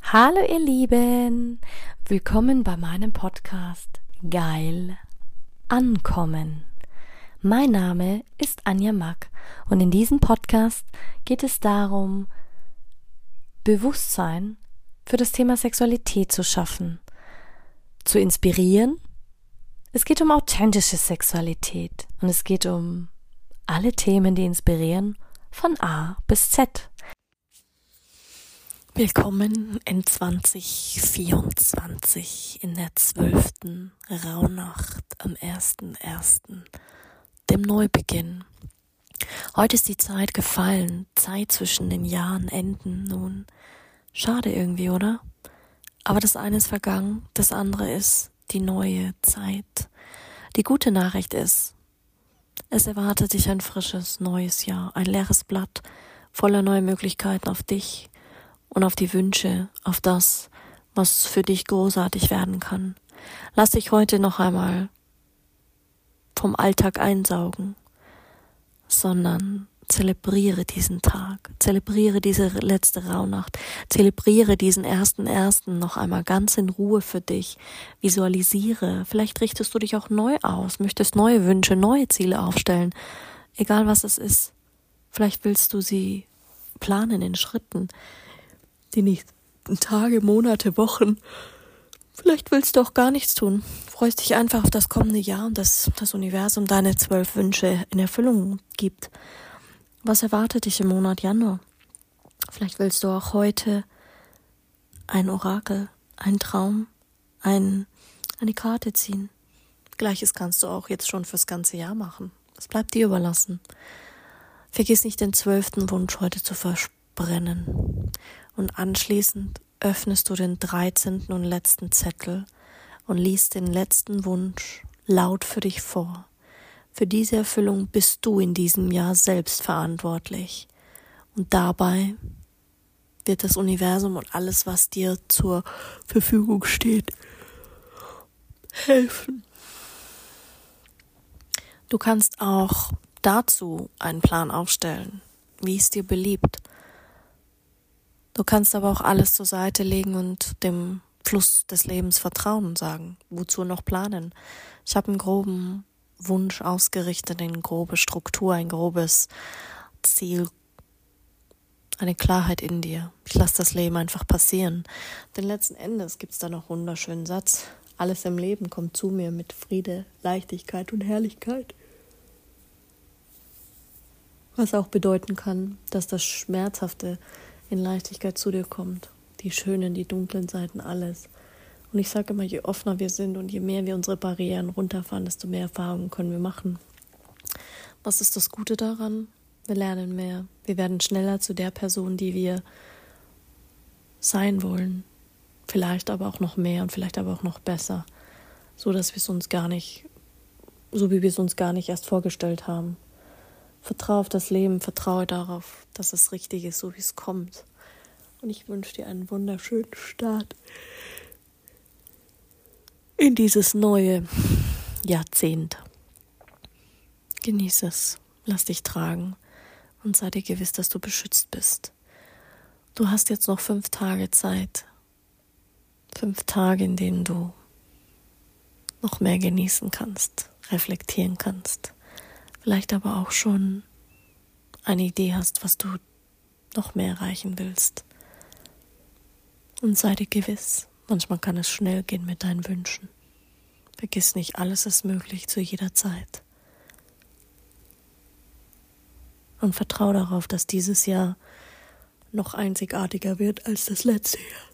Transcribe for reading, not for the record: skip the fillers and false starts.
Hallo ihr Lieben, willkommen bei meinem Podcast Geil Ankommen. Mein Name ist Anja Mack und in diesem Podcast geht es darum, Bewusstsein für das Thema Sexualität zu schaffen, zu inspirieren. Es geht um authentische Sexualität und es geht um alle Themen, die inspirieren, von A bis Z. Willkommen in 2024 in der 12. Rauhnacht am 1.1., dem Neubeginn. Heute ist die Zeit gefallen, Zeit zwischen den Jahren enden nun. Schade irgendwie, oder? Aber das eine ist vergangen, das andere ist die neue Zeit. Die gute Nachricht ist, es erwartet dich ein frisches, neues Jahr, ein leeres Blatt voller neuer Möglichkeiten auf dich und auf die Wünsche, auf das, was für dich großartig werden kann. Lass dich heute noch einmal vom Alltag einsaugen, sondern zelebriere diesen Tag, zelebriere diese letzte Rauhnacht, zelebriere diesen 1.1. noch einmal ganz in Ruhe für dich, visualisiere, vielleicht richtest du dich auch neu aus, möchtest neue Wünsche, neue Ziele aufstellen, egal was es ist, vielleicht willst du sie planen in Schritten, die nächsten Tage, Monate, Wochen. Vielleicht willst du auch gar nichts tun. Freust dich einfach auf das kommende Jahr und dass das Universum deine 12 Wünsche in Erfüllung gibt. Was erwartet dich im Monat Januar? Vielleicht willst du auch heute ein Orakel, einen Traum, eine Karte ziehen. Gleiches kannst du auch jetzt schon fürs ganze Jahr machen. Das bleibt dir überlassen. Vergiss nicht, den 12. Wunsch heute zu verbrennen. Und anschließend öffnest du den 13. und letzten Zettel und liest den letzten Wunsch laut für dich vor. Für diese Erfüllung bist du in diesem Jahr selbst verantwortlich. Und dabei wird das Universum und alles, was dir zur Verfügung steht, helfen. Du kannst auch dazu einen Plan aufstellen, wie es dir beliebt. Du kannst aber auch alles zur Seite legen und dem Fluss des Lebens vertrauen und sagen, wozu noch planen? Ich habe einen groben Wunsch ausgerichtet, eine grobe Struktur, ein grobes Ziel, eine Klarheit in dir. Ich lasse das Leben einfach passieren. Denn letzten Endes gibt es da noch einen wunderschönen Satz. Alles im Leben kommt zu mir mit Friede, Leichtigkeit und Herrlichkeit. Was auch bedeuten kann, dass das Schmerzhafte in Leichtigkeit zu dir kommt. Die schönen, die dunklen Seiten, alles. Und ich sage immer, je offener wir sind und je mehr wir unsere Barrieren runterfahren, desto mehr Erfahrungen können wir machen. Was ist das Gute daran? Wir lernen mehr. Wir werden schneller zu der Person, die wir sein wollen. Vielleicht aber auch noch mehr und vielleicht aber auch noch besser. So dass wir es uns gar nicht, so wie wir es uns gar nicht erst vorgestellt haben. Vertraue auf das Leben, vertraue darauf, dass es richtig ist, so wie es kommt. Und ich wünsche dir einen wunderschönen Start in dieses neue Jahrzehnt. Genieße es, lass dich tragen und sei dir gewiss, dass du beschützt bist. Du hast jetzt noch 5 Tage Zeit. 5 Tage, in denen du noch mehr genießen kannst, reflektieren kannst. Vielleicht aber auch schon eine Idee hast, was du noch mehr erreichen willst. Und sei dir gewiss, manchmal kann es schnell gehen mit deinen Wünschen. Vergiss nicht, alles ist möglich zu jeder Zeit. Und vertraue darauf, dass dieses Jahr noch einzigartiger wird als das letzte Jahr.